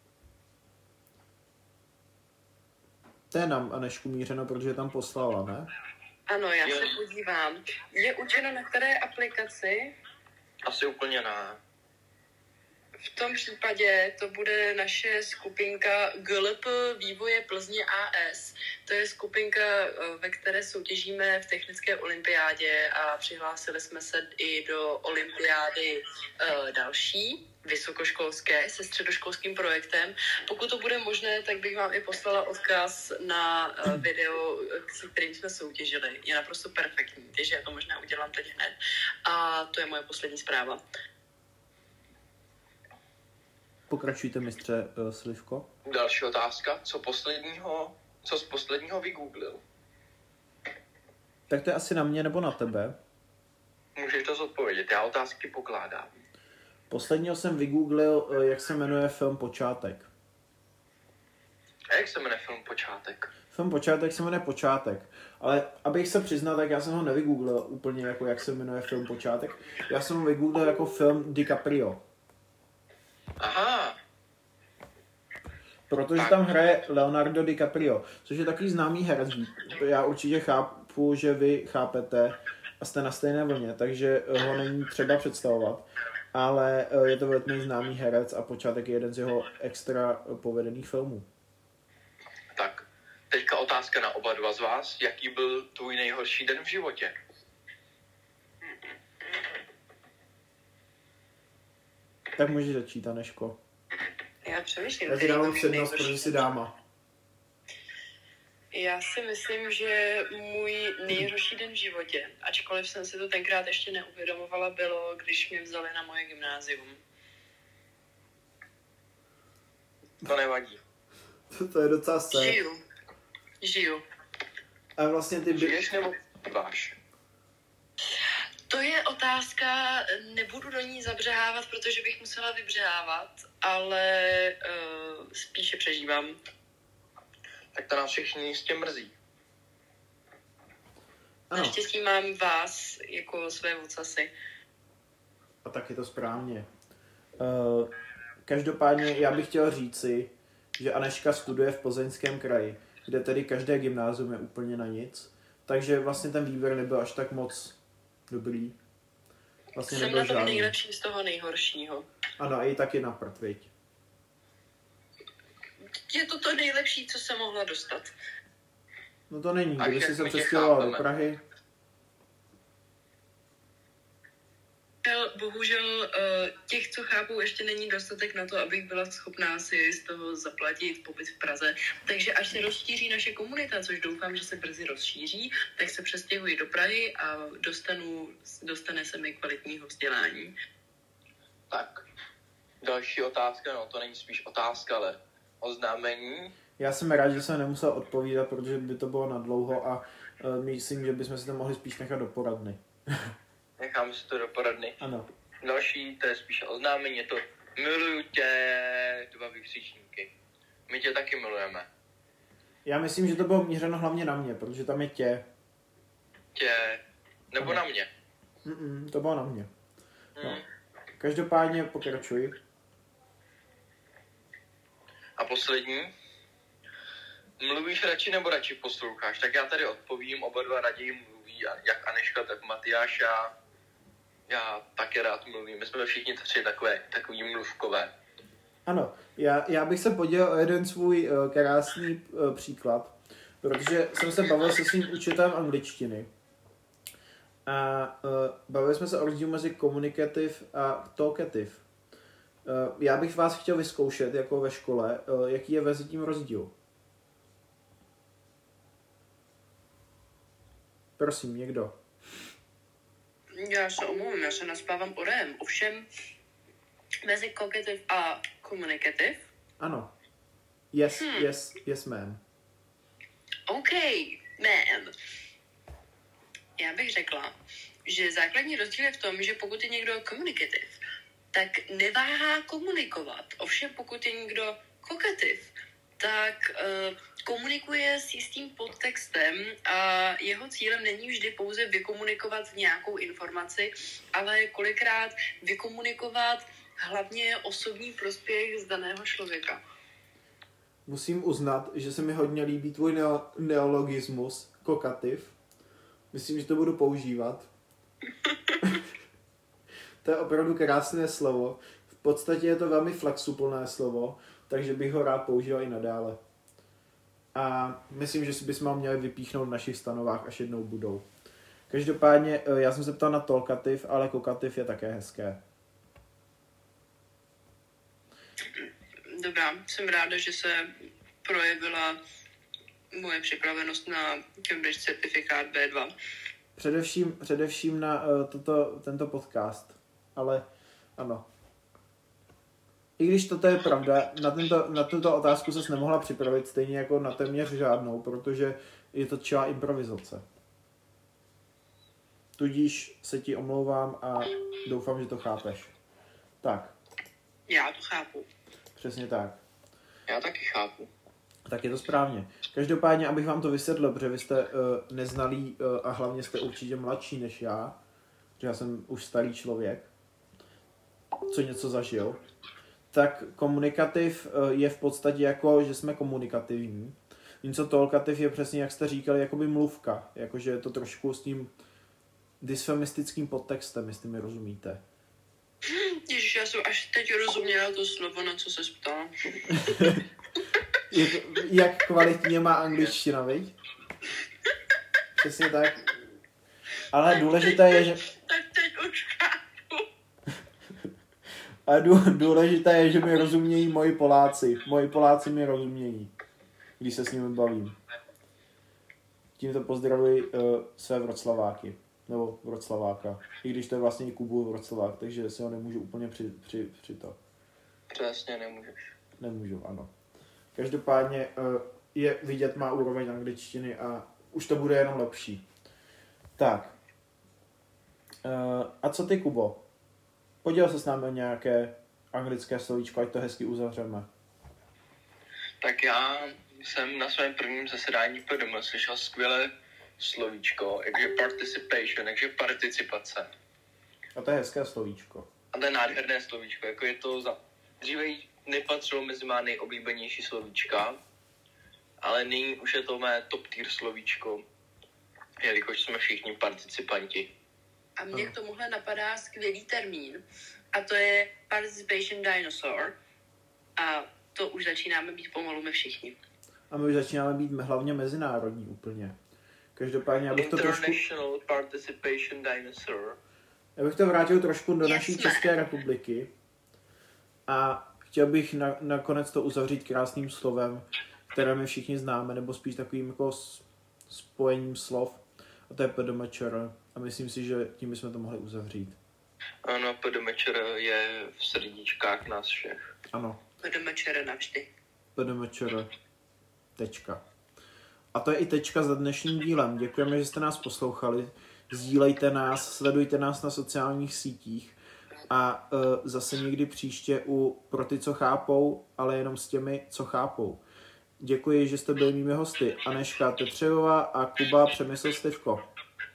To je nám Anešku mířeno, protože je tam poslala, ne? Ano, já Je. se podívám. Je učeno na které aplikaci? Asi úplně ne. V tom případě to bude naše skupinka G L P Vývoje Plzně A S. To je skupinka, ve které soutěžíme v technické olympiádě a přihlásili jsme se i do olympiády uh, další, vysokoškolské, se středoškolským projektem. Pokud to bude možné, tak bych vám i poslala odkaz na uh, video, se kterým jsme soutěžili. Je naprosto perfektní, takže já to možná udělám teď hned. A to je moje poslední zpráva. Pokračujte, mistře uh, Slivko. Další otázka. Co posledního, co z posledního vygooglil? Tak to je asi na mě nebo na tebe. Můžeš to zodpovědět, já otázky pokládám. Posledního jsem vygooglil, uh, jak se jmenuje film Počátek. A jak se jmenuje film Počátek? Film Počátek se jmenuje Počátek, ale abych se přiznal, tak já jsem ho nevygooglil úplně jako jak se jmenuje film Počátek. Já jsem ho vygooglil jako film DiCaprio. Aha. Protože Tak. tam hraje Leonardo DiCaprio, což je takový známý herec. Já určitě chápu, že vy chápete a jste na stejné vlně, takže ho není třeba představovat. Ale je to velmi známý herec a Počátek je jeden z jeho extra povedených filmů. Tak, teďka otázka na oba dva z vás. Jaký byl tvůj nejhorší den v životě? Tak můžeš začít, Aneško. Já přemýšlím. Já ti který dávám byl přednost, nejhorší. protože jsi dáma. Já si myslím, že můj nejhorší den v životě, ačkoliv jsem si to tenkrát ještě neuvědomovala, bylo, když mě vzali na moje gymnázium. To nevadí. To, to je docela scéna. Žiju. Žiju. A vlastně ty by... Žiješ nebo váš? To je otázka, nebudu do ní zabřehávat, protože bych musela vybřehávat, ale uh, spíše přežívám. Tak to nás všichni jistě mrzí. Ano. Naštěstí mám vás jako své vocasy. A tak je to správně. Uh, každopádně já bych chtěl říci, že Aneška studuje v Plzeňském kraji, kde tedy každé gymnázium je úplně na nic. Takže vlastně ten výběr nebyl až tak moc dobrý. Vlastně Jsem nebyl na tom žádný. nejlepší z toho nejhoršího. Ano, a i taky na prd, viď? Je to to nejlepší, co jsem mohla dostat. No to není, A kdyby jak jsi se my tě přestěhoval do chápeme. Prahy. Bohužel, bohužel eh, těch, co chápou, ještě není dostatek na to, abych byla schopná si z toho zaplatit pobyt v Praze. Takže až se rozšíří naše komunita, což doufám, že se brzy rozšíří, tak se přestěhuji do Prahy a dostanu, dostane se mi kvalitního vzdělání. Tak, další otázka, no to není spíš otázka, ale oznámení. Já jsem rád, že jsem nemusel odpovídat, protože by to bylo nadlouho a uh, myslím, že bychom si to mohli spíš nechat do poradny. Necháme si to do poradny. Ano. Další, to je spíše oznámení, je to miluju tě, dva vykřičníky. My tě taky milujeme. Já myslím, že to bylo mířeno hlavně na mě, protože tam je tě. Tě, nebo Ano. na mě. Mm-mm, to bylo na mě. No. Hmm. Každopádně pokračuj. A poslední. Mluvíš radši nebo radši posloucháš? Tak já tady odpovím, oba dva raději mluví, a jak Aneška, tak Matyáš. Já, já také rád mluvím. My jsme všichni tři takové, takový mluvkové. Ano, já, já bych se podělil o jeden svůj uh, krásný uh, příklad, protože jsem se bavil se svým učitelem angličtiny. A uh, bavili jsme se o rozdílu mezi communicative a talkative. Uh, já bych vás chtěl vyzkoušet, jako ve škole, uh, jaký je mezi tím rozdíl. Prosím, někdo. Já se omlouvám, já se naspávám orem. Ovšem, mezi cognitive a communicative. Ano. Yes, Hmm. yes, yes, ma'am. OK, man. Já bych řekla, že základní rozdíl je v tom, že pokud je někdo communicative, tak neváhá komunikovat. Ovšem, pokud je někdo kokativ, tak uh, komunikuje s jistým podtextem a jeho cílem není vždy pouze vykomunikovat nějakou informaci, ale kolikrát vykomunikovat hlavně osobní prospěch z daného člověka. Musím uznat, že se mi hodně líbí tvůj neo- neologismus, kokativ. Myslím, že to budu používat. To je opravdu krásné slovo. V podstatě je to velmi flexibilné slovo, takže bych ho rád používal i nadále. A myslím, že si bychom ho měli vypíchnout v našich stanovách, až jednou budou. Každopádně, já jsem se ptal na talkativ, ale kokativ je také hezké. Dobrá, jsem ráda, že se projevila moje připravenost na Cambridge certifikát bé dva. Především, především na uh, toto, tento podcast. Ale ano. I když toto je pravda, na, tento, na tuto otázku ses nemohla připravit stejně jako na téměř žádnou, protože je to čilá improvizace. Tudíž se ti omlouvám a doufám, že to chápeš. Tak, Já to chápu. přesně tak. Já taky chápu. Tak je to správně. Každopádně, abych vám to vysvětlil, protože vy jste uh, neznalí uh, a hlavně jste určitě mladší než já, že já jsem už starý člověk, co něco zažil, tak komunikativ uh, je v podstatě jako, že jsme komunikativní. Něco talkativ je přesně, jak jste říkali, jakoby mluvka. Jakože je to trošku s tím dysfemistickým podtextem, jestli mi rozumíte. Ježiš, já jsem až teď rozuměla to slovo, na co se ptala. Jak kvalitně má angličtina, viď? Přesně tak. Ale důležité je, že... Tak teď už chápu. Ale důležité je, že mi rozumějí moji Poláci. Moji Poláci mi rozumějí, když se s nimi bavím. Tímto pozdravuji uh, své Vroclaváky. Nebo Vroclaváka. I když to je vlastně i Kubu Vroclavák, takže si ho nemůžu úplně při, při, při to. Přesně nemůžeš. Nemůžu, ano. Každopádně uh, je vidět má úroveň angličtiny a už to bude jenom lepší. Tak. Uh, a co ty, Kubo? Poděl se s námi o nějaké anglické slovíčko, ať to hezky uzavřeme. Tak já jsem na svém prvním zasedání P D M slyšel skvělé slovíčko, jakže participation, jakže participace. A to je hezké slovíčko. A to je nádherné slovíčko, jako je to za... Dříve nepatřilo mezi má nejoblíbenější slovíčka, ale nyní už je to mé top tier slovíčko, jelikož jsme všichni participanti. A mě k tomuhle napadá skvělý termín, a to je participation dinosaur. A to už začínáme být pomalu my všichni. A my už začínáme být hlavně mezinárodní úplně. Každopádně, abych to trošku... International participation dinosaur. Já bych to vrátil trošku do Jasné. naší České republiky. A chtěl bych na, nakonec to uzavřít krásným slovem, které my všichni známe, nebo spíš takovým jako spojením slov. A to je P D M Č R. A myslím si, že tím bychom to mohli uzavřít. Ano, P D M Č R je v srdíčkách nás všech. Ano. P D M Č R navždy. P D M Č R. Tečka. A to je i tečka za dnešním dílem. Děkujeme, že jste nás poslouchali. Sdílejte nás, sledujte nás na sociálních sítích. A uh, zase někdy příště u Pro ty, co chápou, ale jenom s těmi, co chápou. Děkuji, že jste byli mými hosty. Aneška Tetřevová a Kuba Přemysl Stevko.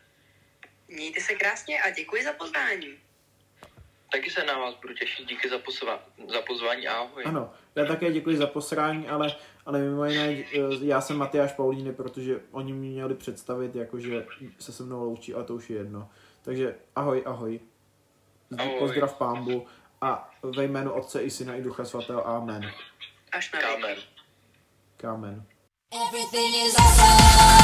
Mějte se krásně a děkuji za pozvání. Taky se na vás budu těšit, díky za, pozva- za pozvání, ahoj. Ano, já také děkuji za posrání, ale, ale mimo jiné, já jsem Matyáš Paulíny, protože oni mě měli představit, jakože se se mnou loučí, ale to už je jedno. Takže ahoj, ahoj. Ahoj. Pozdrav Pánbu a ve jménu Otce i Syna i Ducha Svatého. Amen. Až na Kámen. Kámen. Everything is awesome.